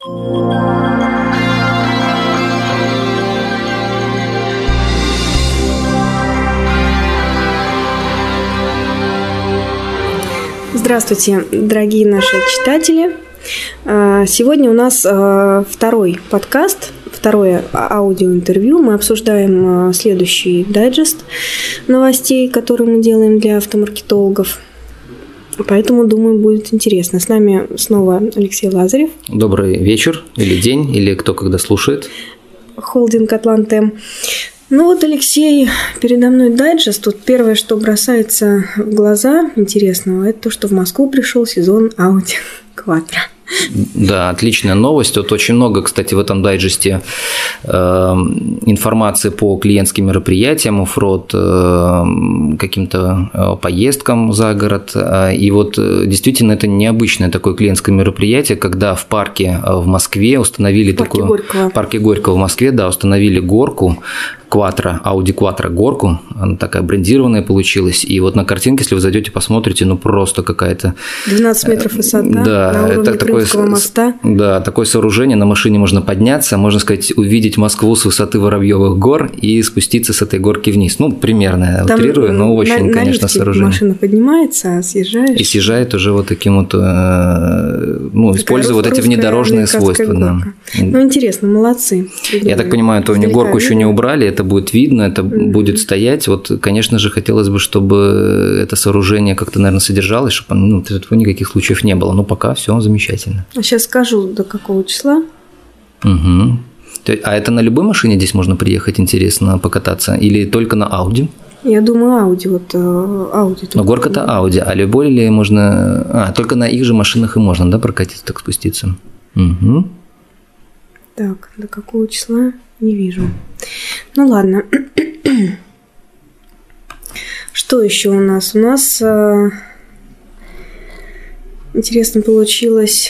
Здравствуйте, дорогие наши читатели. Сегодня у нас второй подкаст, второе аудиоинтервью. Мы обсуждаем следующий дайджест новостей, который мы делаем для автомаркетологов. Поэтому, думаю, будет интересно. С нами снова Алексей Лазарев. Добрый вечер или день, или кто когда слушает. Холдинг «Атлантем». Ну вот, Алексей, передо мной дайджест. Тут первое, что бросается в глаза интересного, это то, что в Москву пришел сезон Audi Quattro. Да, отличная новость. Вот очень много, кстати, в этом дайджесте информации по клиентским мероприятиям, оффроуд, каким-то поездкам за город. И вот действительно это необычное такое клиентское мероприятие, когда в парке в Москве установили в парке Горького в Москве, да, установили горку Quattro, Audi Quattro горку, она такая брендированная получилась, и вот на картинке, если вы зайдете, посмотрите, ну просто какая-то… 12 метров высота, да, на уровне Крымского моста. Да, такое сооружение, на машине можно подняться, можно сказать, увидеть Москву с высоты Воробьевых гор и спуститься с этой горки вниз. Ну, примерно, утрирую, но очень, конечно, сооружение. Машина поднимается, а съезжаешь. И съезжает уже вот таким вот, ну, используя вот эти внедорожные свойства. Да. Ну, интересно, молодцы. Я так понимаю, то они горку еще не убрали, это будет видно, это будет стоять. Вот, конечно же, хотелось бы, чтобы это сооружение как-то, наверное, содержалось, чтобы никаких случаев не было. Но пока все замечательно. А сейчас скажу, до какого числа. Угу. А это на любой машине здесь можно приехать, интересно, покататься? Или только на Audi? Я думаю, Audi. Вот Audi. Но горка-то Audi, а любой ли можно… только на их же машинах и можно, да, прокатиться, так спуститься? Угу. Так, до какого числа? Не вижу. Ну ладно. Что еще у нас? У нас интересно получилось.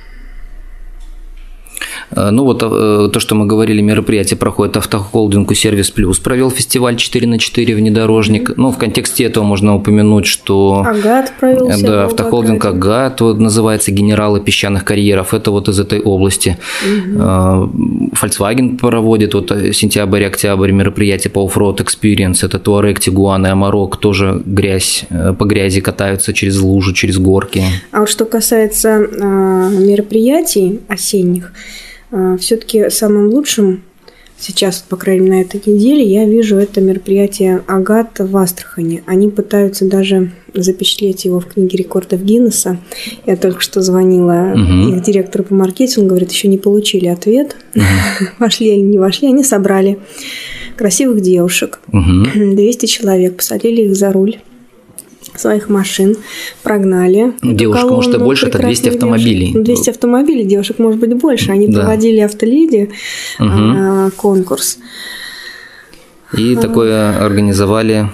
Ну вот то, что мы говорили, мероприятие проходит Автохолдинг Сервис Плюс, провел фестиваль 4х4 внедорожник. Ну, в контексте этого можно упомянуть, что… Агат провел. Да, Автохолдинг Агат, вот называется, генералы песчаных карьеров, это вот из этой области. Volkswagen проводит вот сентябрь-октябрь мероприятие по Offroad Experience, это Touareg, Tiguan и Amarok, тоже по грязи катаются через лужи, через горки. А вот что касается мероприятий осенних, все-таки самым лучшим сейчас, по крайней мере, на этой неделе, я вижу это мероприятие Агат в Астрахани. Они пытаются даже запечатлеть его в книге рекордов Гиннесса. Я только что звонила их директору по маркетингу, говорит, еще не получили ответ, вошли или не вошли. Они собрали красивых девушек, 200 человек, посадили их за руль своих машин, прогнали. Девушек, может, и больше, это 200 автомобилей. 200 автомобилей, девушек, может быть, больше. Они проводили автоледи конкурс. И такое организовали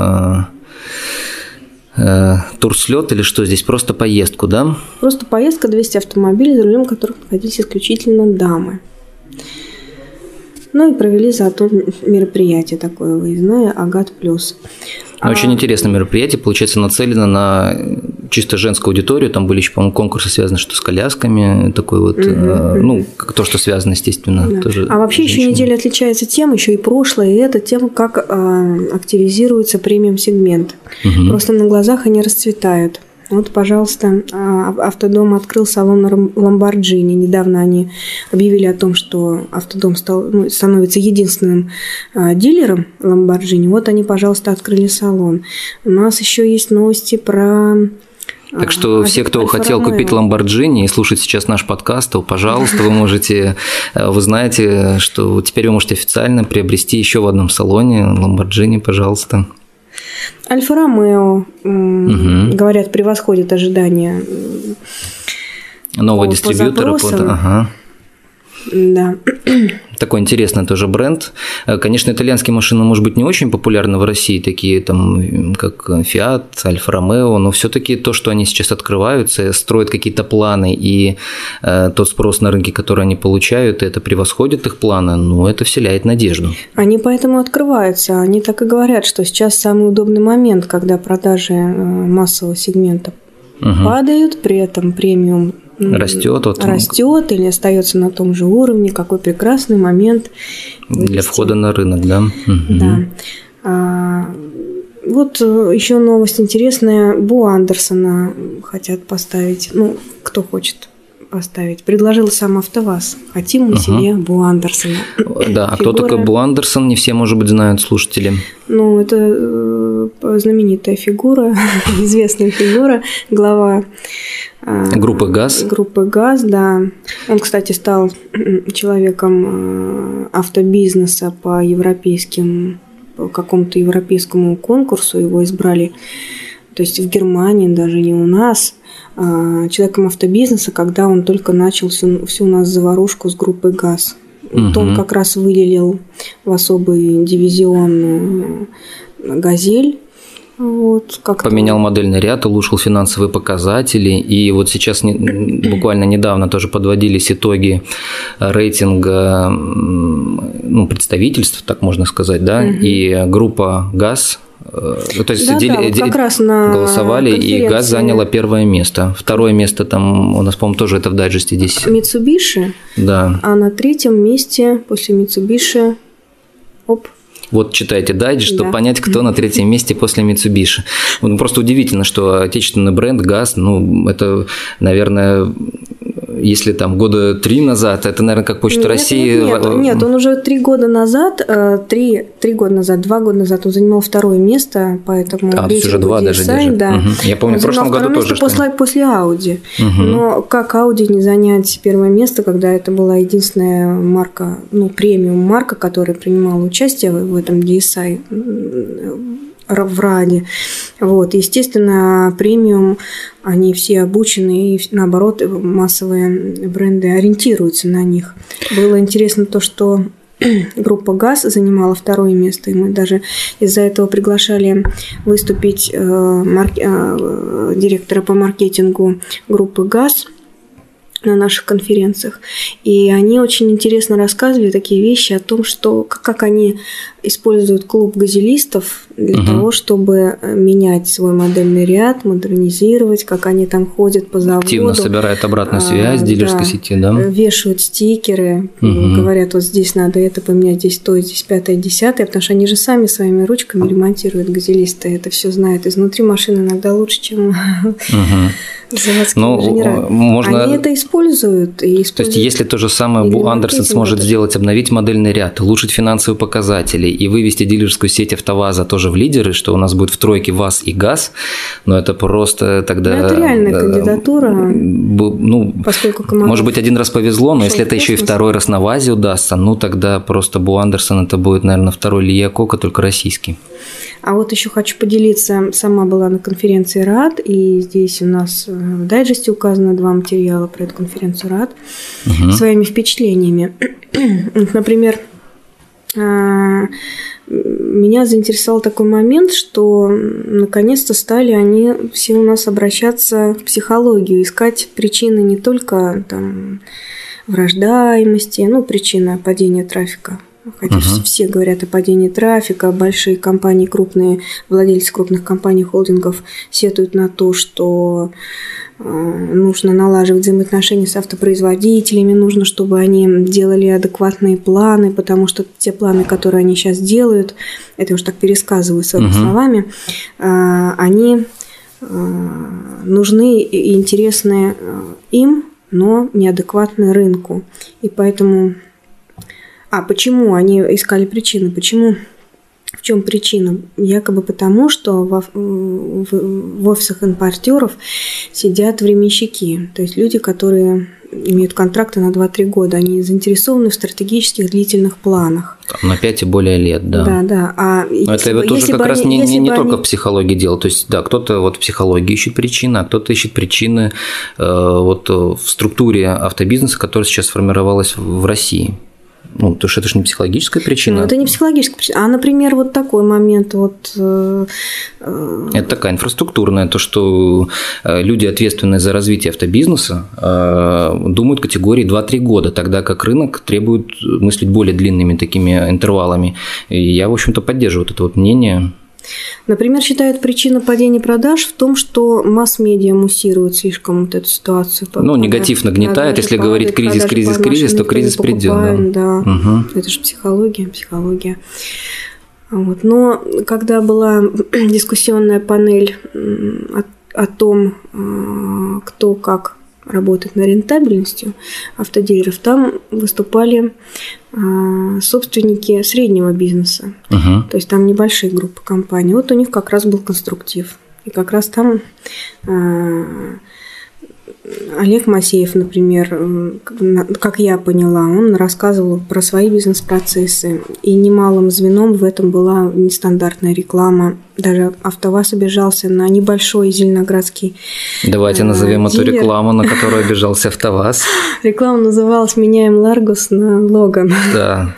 турслет или что здесь? Просто поездку, да? Просто поездка, 200 автомобилей, за рулем которых находились исключительно дамы. Ну и провели зато мероприятие такое выездное «Агат Плюс». Очень интересное мероприятие, получается, нацелено на чисто женскую аудиторию. Там были еще, по-моему, конкурсы, связанные что с колясками, такой вот, ну, то, что связано, естественно. Да. Тоже а вообще еще неделя отличается тем, еще и прошлое, и это тем, как активизируется премиум-сегмент. Просто на глазах они расцветают. Вот, пожалуйста, Автодом открыл салон Lamborghini. Недавно они объявили о том, что Автодом становится единственным дилером Lamborghini. Вот они, пожалуйста, открыли салон. У нас еще есть новости про… Так что все, кто хотел купить Lamborghini и слушать сейчас наш подкаст, то, пожалуйста, вы знаете, что теперь вы можете официально приобрести еще в одном салоне Lamborghini, пожалуйста. Альфа-Ромео, говорят, превосходит ожидания. Нового дистрибьютора. Да. Такой интересный тоже бренд. Конечно, итальянские машины, может быть, не очень популярны в России, такие там, как Fiat, Альфа-Ромео, но все-таки то, что они сейчас открываются, строят какие-то планы, и тот спрос на рынке, который они получают, это превосходит их планы, но это вселяет надежду. Они поэтому открываются. Они так и говорят, что сейчас самый удобный момент, когда продажи массового сегмента падают, при этом премиум растет или остается на том же уровне, какой прекрасный момент для входа на рынок, да? Да. Вот еще новость интересная. Бо Андерсона хотят поставить, кто хочет поставить. Предложил сам АвтоВАЗ. Хотим мы себе Бо Андерсона. Да, а кто такой Бо Андерсон, не все, может быть, знают слушатели. Это знаменитая фигура, известная фигура, глава группы ГАЗ. Группы ГАЗ, да. Он, кстати, стал человеком автобизнеса по какому-то европейскому конкурсу. Его избрали, то есть в Германии, даже не у нас, человеком автобизнеса, когда он только начал всю у нас заварушку с группой ГАЗ. Вот он как раз выделил в особый дивизион «Газель». Поменял модельный ряд, улучшил финансовые показатели. И вот сейчас буквально недавно тоже подводились итоги рейтинга представительств, так можно сказать, да, и группа ГАЗ. То есть как раз на голосовали, и ГАЗ заняла первое место. Второе место там у нас, по-моему, тоже это в дайджесте здесь. Митсубиши. Да. А на третьем месте после Митсубиши Вот читайте дайджест, чтобы понять, кто на третьем месте после Mitsubishi. Просто удивительно, что отечественный бренд ГАЗ, это, наверное, если там года 3 назад, это, наверное, как Почта России. Нет, он уже 2 года назад он занимал второе место, поэтому то есть уже 2 даже держит. Да. Я помню, в прошлом году тоже. После Audi. Но как Audi не занять первое место, когда это была единственная марка, премиум-марка, которая принимала участие в этом DSI в РАДе. Естественно, премиум, они все обучены, и наоборот, массовые бренды ориентируются на них. Было интересно то, что группа ГАЗ занимала второе место, и мы даже из-за этого приглашали выступить директора по маркетингу группы ГАЗ на наших конференциях. И они очень интересно рассказывали такие вещи о том, что как они используют клуб газелистов для того, чтобы менять свой модельный ряд, модернизировать, как они там ходят по заводу. Активно собирают обратную связь дилерской сети, да? Вешают стикеры, говорят, вот здесь надо это поменять, здесь то, здесь 5-е, 10-е, потому что они же сами своими ручками ремонтируют, газелисты, это все знают изнутри машины иногда лучше, чем заводские инженера. Они это используют. То есть, если то же самое Бо Андерсон сможет сделать, обновить модельный ряд, улучшить финансовые показатели и вывести дилерскую сеть АвтоВАЗа тоже в лидеры, что у нас будет в тройке ВАЗ и ГАЗ, это просто тогда... Это реальная кандидатура. Поскольку может быть, один раз повезло, но если это еще и второй раз на ВАЗе удастся, тогда просто Бо Андерсон это будет, наверное, второй Лия Кока, только российский. А вот еще хочу поделиться, сама была на конференции РАД, и здесь у нас в дайджесте указано 2 материала про эту конференцию РАД своими впечатлениями. Например, меня заинтересовал такой момент, что наконец-то стали они все у нас обращаться в психологию, искать причины не только в рождаемости, причина падения трафика. Хотя все говорят о падении трафика, большие компании, крупные владельцы крупных компаний, холдингов сетуют на то, что нужно налаживать взаимоотношения с автопроизводителями, нужно, чтобы они делали адекватные планы, потому что те планы, которые они сейчас делают, это я уж так пересказываю своими словами, они нужны и интересны им, но неадекватны рынку. И поэтому... почему они искали причины? В чем причина? Якобы потому, что в офисах импортеров сидят временщики, то есть люди, которые имеют контракты на 2-3 года, они заинтересованы в стратегических длительных планах. На 5 и более лет, да. Да. Но это тоже как раз не только в психологии дело. То есть, да, кто-то в психологии ищет причины, а кто-то ищет причины в структуре автобизнеса, которая сейчас сформировалась в России. Потому что это же не психологическая причина. Это не психологическая причина. А, например, вот такой момент. Это такая инфраструктурная, то, что люди, ответственные за развитие автобизнеса, думают категории 2-3 года, тогда как рынок требует мыслить более длинными такими интервалами. И я, в общем-то, поддерживаю это мнение. Например, считают причину падения продаж в том, что масс-медиа муссируют слишком вот эту ситуацию. Негатив нагнетает. Если говорить кризис, то кризис придет. Да. Это же психология. Вот. Но когда была дискуссионная панель о том, кто как работает над рентабельностью автодилеров, там выступали собственники среднего бизнеса. То есть там небольшие группы компаний. Вот у них как раз был конструктив. И как раз там Олег Масеев, например, как я поняла, он рассказывал про свои бизнес-процессы. И немалым звеном в этом была нестандартная реклама. Даже АвтоВАЗ обижался на небольшой зеленоградский Давайте назовем эту рекламу, на которую обижался АвтоВАЗ. Реклама называлась «Меняем Ларгус на Логан». Да.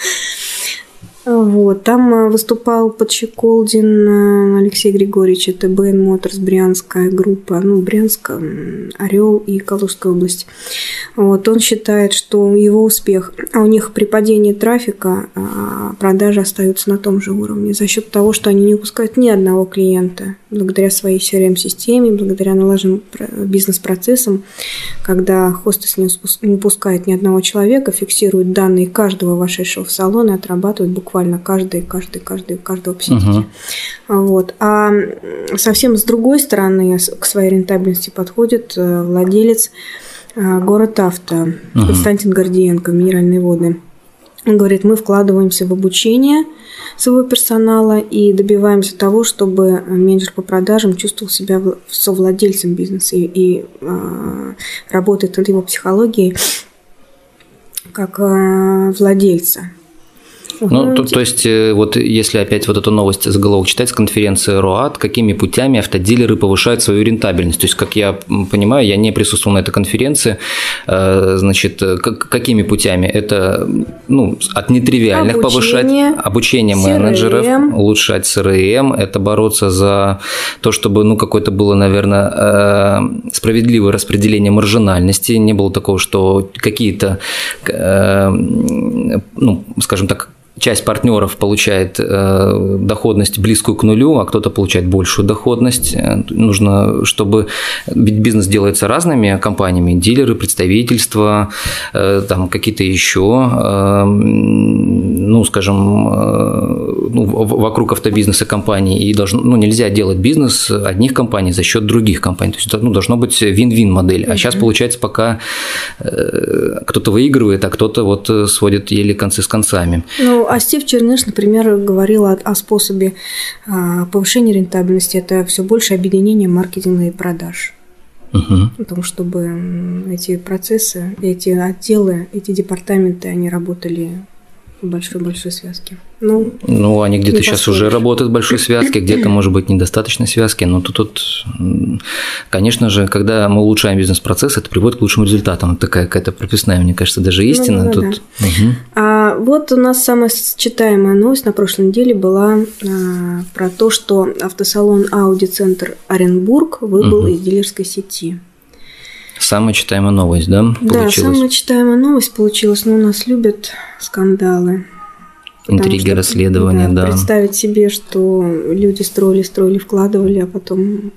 Вот. Там выступал Подщеколдин Алексей Григорьевич, это БН Моторс, брянская группа, Брянск, Орел и Калужская область. Вот. Он считает, что его успех, у них при падении трафика продажи остаются на том же уровне за счет того, что они не упускают ни одного клиента, благодаря своей CRM-системе, благодаря налаженным бизнес-процессам, когда хостес не упускает ни одного человека, фиксирует данные каждого вошедшего в салон и отрабатывает буквально каждого посетителя. Вот. А совсем с другой стороны к своей рентабельности подходит владелец «Город Авто» Константин Гордиенко, «Минеральные воды». Он говорит, мы вкладываемся в обучение своего персонала и добиваемся того, чтобы менеджер по продажам чувствовал себя совладельцем бизнеса и работает над его психологией как владельца. То есть, вот если опять вот эту новость заголовок читать с конференции РОАД, какими путями автодилеры повышают свою рентабельность? То есть, как я понимаю, я не присутствовал на этой конференции, значит, какими путями? Это, от нетривиальных повышать обучение менеджеров, улучшать CRM, это бороться за то, чтобы, какое-то было, наверное, справедливое распределение маржинальности, не было такого, что какие-то, скажем так, часть партнеров получает доходность близкую к нулю, а кто-то получает большую доходность. Нужно, чтобы бизнес делается разными компаниями, дилеры, представительства, там какие-то еще, вокруг автобизнеса компаний. И нельзя делать бизнес одних компаний за счет других компаний. То есть должно быть вин-вин модель. А сейчас получается, пока кто-то выигрывает, а кто-то сводит еле концы с концами. А Стив Черныш, например, говорил о способе повышения рентабельности. Это все больше объединение маркетинга и продаж. Потому чтобы эти процессы, эти отделы, эти департаменты, они работали в большой-большой связке. Они где-то сейчас уже работают в большой связке, где-то, может быть, недостаточной связки, но тут, конечно же, когда мы улучшаем бизнес-процесс, это приводит к лучшим результатам. Это такая какая-то прописная, мне кажется, даже истина. Тут. А вот у нас самая читаемая новость на прошлой неделе была про то, что автосалон Audi Центр Оренбург выбыл из дилерской сети. Самая читаемая новость, да, получилась? Да, самая читаемая новость получилась, но у нас любят скандалы. Интриги, расследования, да. Представить себе, что люди строили, вкладывали, а потом...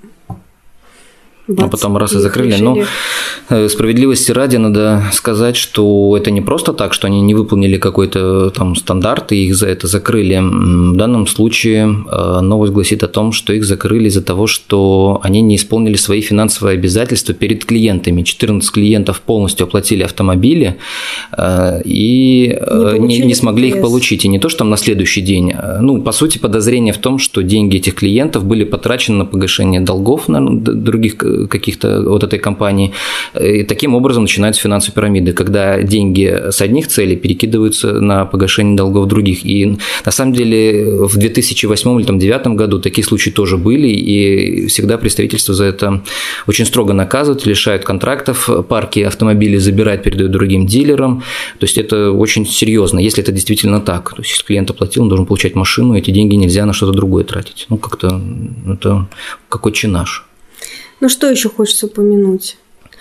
потом раз и закрыли. Но справедливости ради надо сказать, что это не просто так, что они не выполнили какой-то там стандарт и их за это закрыли. В данном случае новость гласит о том, что их закрыли из-за того, что они не исполнили свои финансовые обязательства перед клиентами. 14 клиентов полностью оплатили автомобили и не смогли их получить. И не то, что там на следующий день. По сути, подозрение в том, что деньги этих клиентов были потрачены на погашение долгов на других каких-то вот этой компании. И таким образом начинаются финансовые пирамиды, когда деньги с одних целей перекидываются на погашение долгов других. И на самом деле в 2008 или 2009 году такие случаи тоже были, и всегда представительство за это очень строго наказывают, лишают контрактов, парки автомобилей забирают, передают другим дилерам. То есть это очень серьезно, если это действительно так. То есть если клиент оплатил, он должен получать машину, эти деньги нельзя на что-то другое тратить. Как-то это какой чинаж. Что еще хочется упомянуть?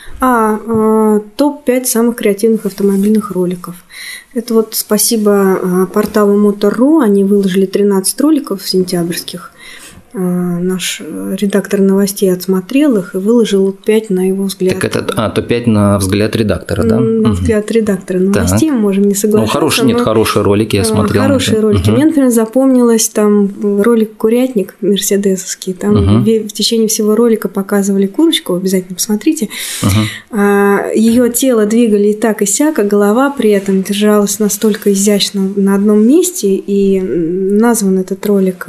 Топ-5 самых креативных автомобильных роликов. Это спасибо порталу Motor.ru, они выложили 13 роликов сентябрьских, наш редактор новостей отсмотрел их и выложил 5 на его взгляд. Так это, то 5 на взгляд редактора, да? На взгляд редактора новостей, мы можем не соглашаться. Хорошие ролики я смотрел. Хорошие ролики. Мне, например, запомнилось там ролик «Курятник» мерседесовский. Там в течение всего ролика показывали курочку, обязательно посмотрите. Ее тело двигали и так, и сяк, а голова при этом держалась настолько изящно на одном месте, и назван этот ролик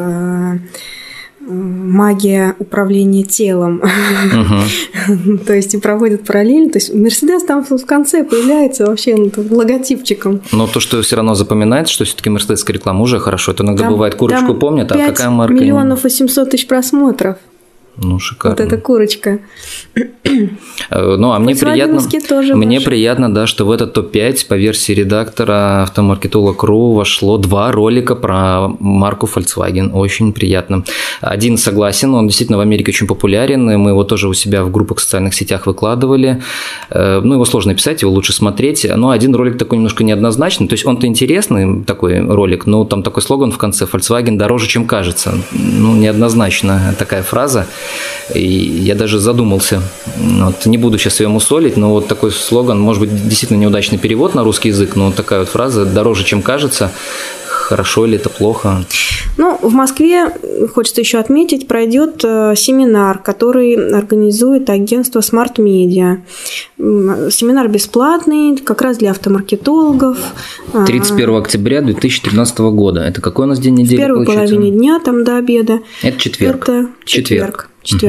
«Магия управления телом». То есть и проводят параллельно. То есть Мерседес там в конце появляется вообще логотипчиком. Но то, что все равно запоминается, что все-таки мерседесская реклама уже хорошо. Это иногда бывает, курочку помнят, а какая марка? 5 800 000 просмотров. Ну, шикарно. Вот эта курочка. Ну, а мне приятно, да, что в этот топ-5 по версии редактора Автомаркетолог.ру вошло 2 ролика про марку Volkswagen. Очень приятно. Один согласен, он действительно в Америке очень популярен, и мы его тоже у себя в группах в социальных сетях выкладывали. Ну, его сложно писать, его лучше смотреть. Но один ролик такой немножко неоднозначный, то есть он-то интересный, такой ролик, но там такой слоган в конце: Volkswagen дороже, чем кажется. Ну, неоднозначно такая фраза. И я даже задумался. Вот, не буду сейчас ее мусолить, но вот такой слоган, может быть, действительно неудачный перевод на русский язык, но вот такая вот фраза: дороже, чем кажется. Хорошо или это плохо? Ну, в Москве, хочется еще отметить, пройдет семинар, который организует агентство Smart Media. Семинар бесплатный, как раз для автомаркетологов. 31 октября 2013 года. Это какой у нас день недели? В первой половине дня, там до обеда. Это четверг. Это четверг.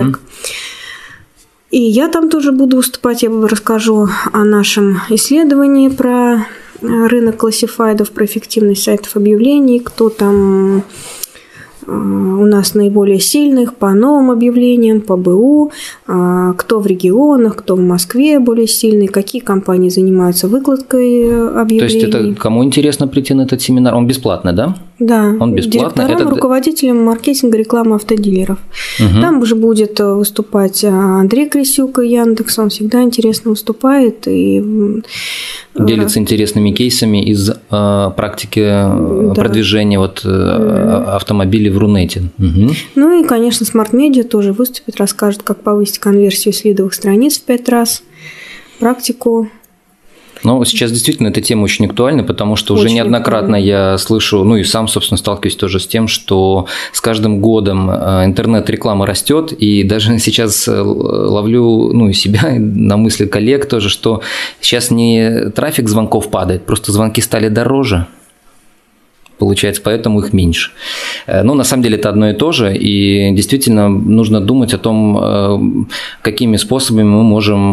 И я там тоже буду выступать, я расскажу о нашем исследовании про рынок классифайдов, про эффективность сайтов объявлений, кто там у нас наиболее сильных по новым объявлениям, по БУ, кто в регионах, кто в Москве более сильный, какие компании занимаются выкладкой объявлений. То есть это кому интересно прийти на этот семинар? Он бесплатный, да? Да, он бесплатный. Директорам, руководителям маркетинга, рекламы автодилеров. Там уже будет выступать Андрей Крисюк и Яндекс, он всегда интересно выступает и делится интересными кейсами из практики продвижения автомобилей в Рунете. Ну и, конечно, Smart Media тоже выступит, расскажет, как повысить конверсию с лидовых страниц в 5 раз, практику. Но сейчас действительно эта тема очень актуальна, потому что уже неоднократно я слышу, ну и сам, собственно, сталкиваюсь тоже с тем, что с каждым годом интернет-реклама растет, и даже сейчас ловлю, ну и себя, и на мысли коллег тоже, что сейчас не трафик звонков падает, просто звонки стали дороже. Получается, поэтому их меньше. Но на самом деле это одно и то же, и действительно нужно думать о том, какими способами мы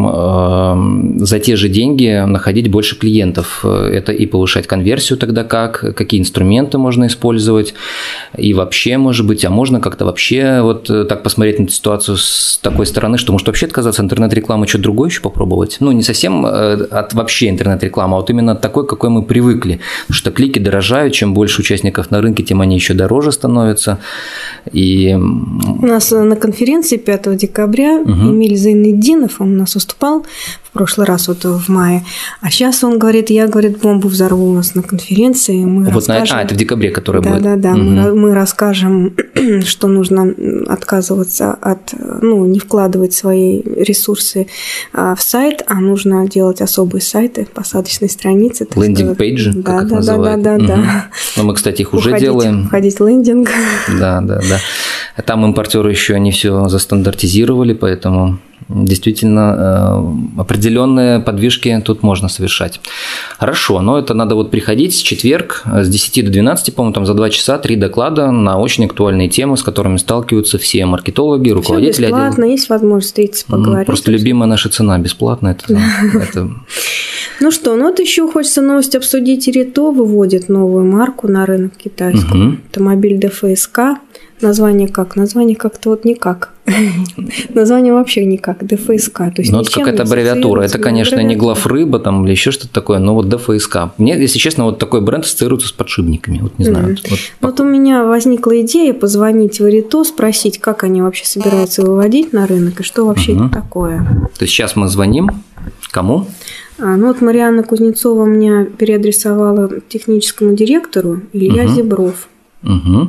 можем за те же деньги находить больше клиентов. Это и повышать конверсию тогда какие инструменты можно использовать, и вообще, может быть, а можно как-то вообще вот так посмотреть на эту ситуацию с такой стороны, что может вообще отказаться от интернет-рекламы, что-то другое еще попробовать. Ну, не совсем от вообще интернет-рекламы, а вот именно от такой, какой мы привыкли. Потому что клики дорожают, чем больше участников на рынке, тем они еще дороже становятся. И... У нас на конференции 5 декабря Эмиль Зайнетдинов, он у нас выступал в прошлый раз, вот в мае, а сейчас он говорит, я, бомбу взорву у нас на конференции. Мы расскажем... это в декабре, который будет. Да. Мы расскажем, что нужно отказываться от, не вкладывать свои ресурсы в сайт, а нужно делать особые сайты, посадочные страницы. Лендинг-пейджи, как их называют. Да. Но мы, кстати, их уже делаем. Входить в лендинг. Да. Там импортеры еще не все застандартизировали, поэтому действительно определенные подвижки тут можно совершать. Хорошо, но это надо приходить в четверг с 10 до 12, по-моему, там за 2 часа 3 доклада на очень актуальные темы, с которыми сталкиваются все маркетологи, руководители отделов. Все бесплатно, есть возможность встретиться, поговорить. Просто любимая наша цена бесплатно. Это... Ну что, вот еще хочется новость обсудить. Рито выводит новую марку на рынок китайский. Автомобиль ДФСК. Название как? Название как-то никак. Название вообще никак. ДФСК. То есть это какая-то аббревиатура. Это, конечно, не главрыба там, или еще что-то такое, но ДФСК. Мне, если честно, такой бренд ассоциируется с подшипниками. Не знаю. У меня возникла идея позвонить в Рито, спросить, как они вообще собираются выводить на рынок и что вообще это такое. То есть сейчас мы звоним кому? Марианна Кузнецова меня переадресовала техническому директору Илья Зебров.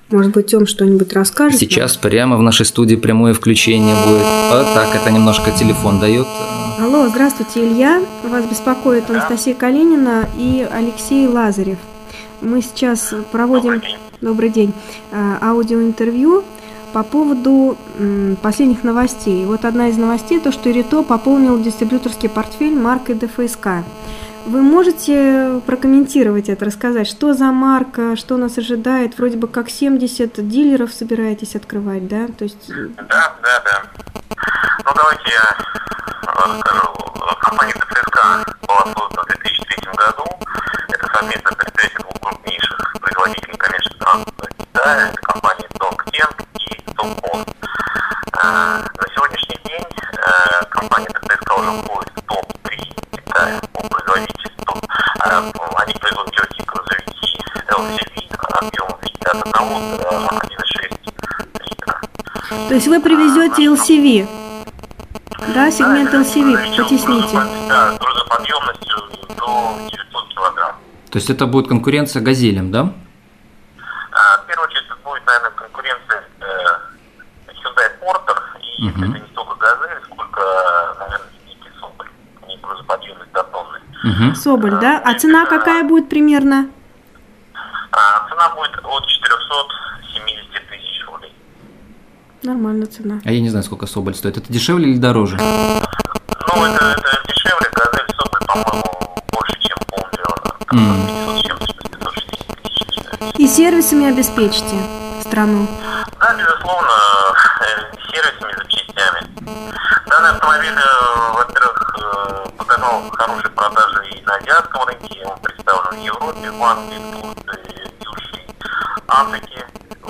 Может быть, Тём что-нибудь расскажет? Сейчас прямо в нашей студии прямое включение будет. Вот так, это немножко телефон дает. Алло, здравствуйте, Илья. Вас беспокоит Анастасия Калинина и Алексей Лазарев. Мы сейчас проводим, добрый день, аудиоинтервью по поводу последних новостей. Вот одна из новостей, то, что Ирито пополнил дистрибьюторский портфель маркой ДФСК. Вы можете прокомментировать это, рассказать, что за марка, что нас ожидает? Вроде бы как 70 дилеров собираетесь открывать, да? То есть... Да. Ну, давайте я расскажу. Компания ДФСК была создана в 2003 году. Это совместное предприятие двух крупнейших производителей коммерческого транспорта Китая. Это компании Dongtieng и Tongpost. На сегодняшний день компания ДФСК уже входит в топ-3 Китая по производительству. Они производят легкие грузовики LCV объемом 51 до 1,6 литра. То есть вы привезете LCV? Да, сегмент LCV потесните. Да, с грузоподъемностью до 900 килограмм. То есть это будет конкуренция «Газелям», да? В первую очередь это будет, наверное, конкуренция Hyundai Porter, и это не столько «Газель», сколько, наверное, Suzuki Соболь. Они грузоподъемность до тонны. Соболь, да? А цена какая будет примерно? Цена будет от 470 тысяч рублей. Нормальная цена. А я не знаю, сколько Соболь стоит. Это дешевле или дороже? Ну, это дешевле. «Газель» Соболь, по-моему, больше, чем полмиллиона. 560 тысяч. И сервисами обеспечите страну? Да, безусловно, сервисами, запчастями. Данный автомобиль, во-первых, показал хорошие продажи и на азиатском рынке. Он представлен в Европе, в Англии, в Турции, в Южной Африке.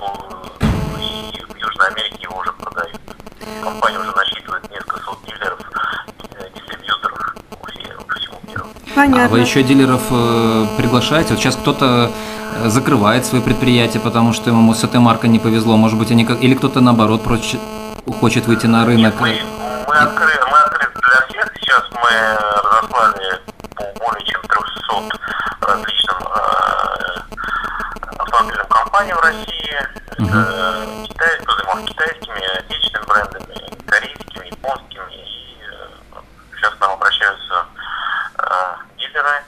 И в Южной Америке его уже продают. Компания уже насчитывает несколько сот дилеров, дистрибьюторов по всему миру. Понятно. А вы еще дилеров приглашаете? Вот сейчас кто-то закрывает свои предприятия, потому что ему с этой маркой не повезло. Может быть, или кто-то наоборот хочет выйти на рынок. Мы открыты для всех. Сейчас мы разослали по более чем 300 различным автомобильным компаниям в России. Это китайскими, отечественными брендами, корейскими, японскими. И сейчас к нам обращаются дилеры.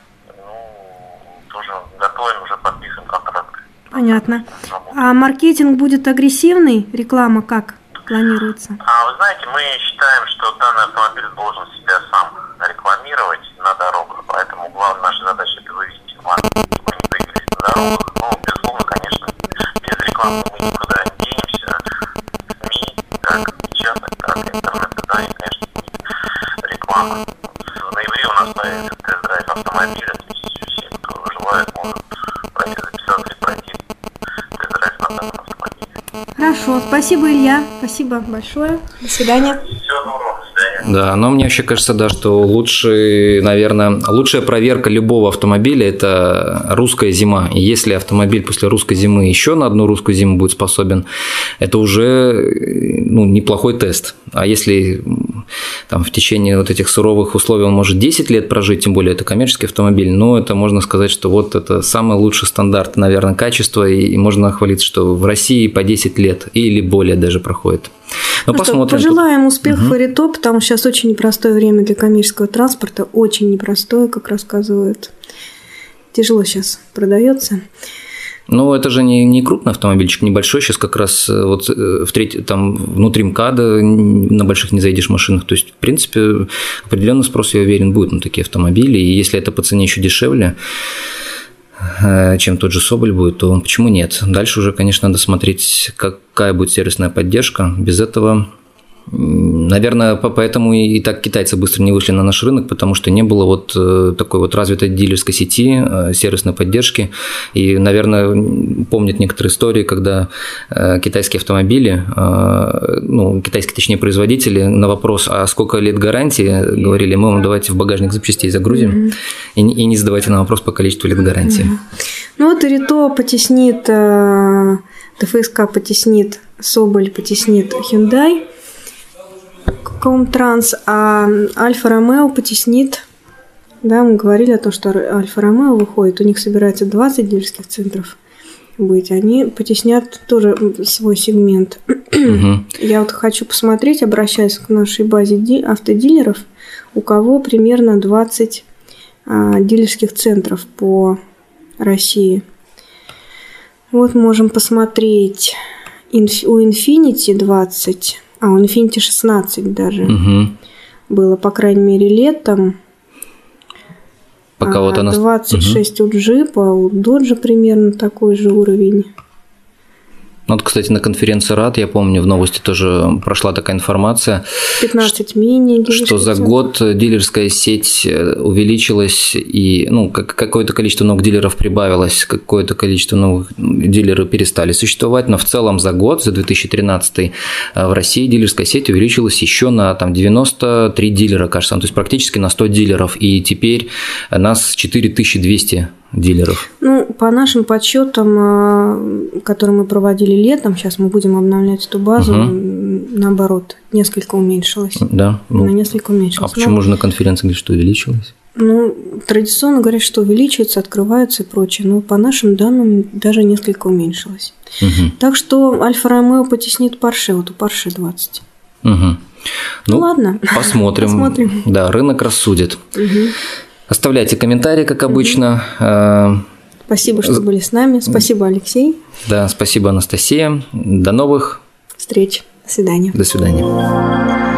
Тоже готовим, уже подписываем контракт. Понятно. А маркетинг будет агрессивный? Реклама как планируется? Вы знаете, мы считаем, что данный автомобиль должен себя сам рекламировать на дорогах, поэтому главная наша задача – это вывести марку, чтобы они появились на дорогах. Ну, безусловно, конечно, без рекламы мы никуда не денемся. СМИ, как печатных, так и интернет-изданий, конечно, будет реклама. В ноябре у нас появится тест-драйв автомобиля, то есть все, кто желает, могут записаться и пройти тест-драйв на данном автомобиле. Хорошо, спасибо, Илья, спасибо большое, до свидания. Всего доброго, до свидания. Да, но мне вообще кажется, да, что лучшая проверка любого автомобиля – это русская зима. И если автомобиль после русской зимы еще на одну русскую зиму будет способен, это уже неплохой тест. А если там в течение вот этих суровых условий он может 10 лет прожить, тем более это коммерческий автомобиль, это можно сказать, что вот это самый лучший стандарт, наверное, качества, и можно хвалиться, что в России по 10 лет или более даже проходит. Но посмотрим. Пожелаем успехов Ирито, потому что сейчас очень непростое время для коммерческого транспорта, очень непростое, как рассказывают. Тяжело сейчас продается. Это же не крупный автомобильчик, небольшой. Сейчас как раз вот внутри МКАДа на больших не заедешь машинах. То есть, в принципе, определенный спрос, я уверен, будет на такие автомобили. И если это по цене еще дешевле, чем тот же Соболь будет, то почему нет? Дальше уже, конечно, надо смотреть, какая будет сервисная поддержка. Без этого, наверное, поэтому и так китайцы быстро не вышли на наш рынок, потому что не было вот такой вот развитой дилерской сети, сервисной поддержки. И, наверное, помнят некоторые истории, когда китайские автомобили, китайские, точнее, производители на вопрос, а сколько лет гарантии, говорили, мы вам давайте в багажник запчастей загрузим, и не задавайте нам вопрос по количеству лет гарантии. Ирито потеснит, ДФСК потеснит, Соболь потеснит Hyundai, Комтранс, а Альфа-Ромео потеснит, да, мы говорили о том, что Альфа-Ромео выходит, у них собирается 20 дилерских центров быть, они потеснят тоже свой сегмент. Я вот хочу посмотреть, обращаясь к нашей базе автодилеров, у кого примерно 20 дилерских центров по России. Вот можем посмотреть, у Infiniti 20, у Infiniti 16 даже было, по крайней мере, летом. Пока вот она... 26 у джипа, у доджа примерно такой же уровень. Вот, кстати, на конференции РАД, я помню, в новости тоже прошла такая информация, 15 мини, что за год дилерская сеть увеличилась, и какое-то количество новых дилеров прибавилось, какое-то количество новых дилеров перестали существовать, но в целом за год, за 2013 в России дилерская сеть увеличилась еще на 93 дилера, кажется, то есть практически на 100 дилеров, и теперь нас 4200 дилеров. По нашим подсчетам, которые мы проводили летом, сейчас мы будем обновлять эту базу, наоборот, несколько уменьшилось. Да? На несколько уменьшилось. А почему же на конференции говорят, что увеличилось? Традиционно говорят, что увеличивается, открываются и прочее, но по нашим данным даже несколько уменьшилось. Так что Альфа-Ромео потеснит Порше, вот у Порше 20. Ладно. Посмотрим. Да, рынок рассудит. Оставляйте комментарии, как обычно. Спасибо, что были с нами. Спасибо, Алексей. Да, спасибо, Анастасия. До новых встреч. До свидания. До свидания.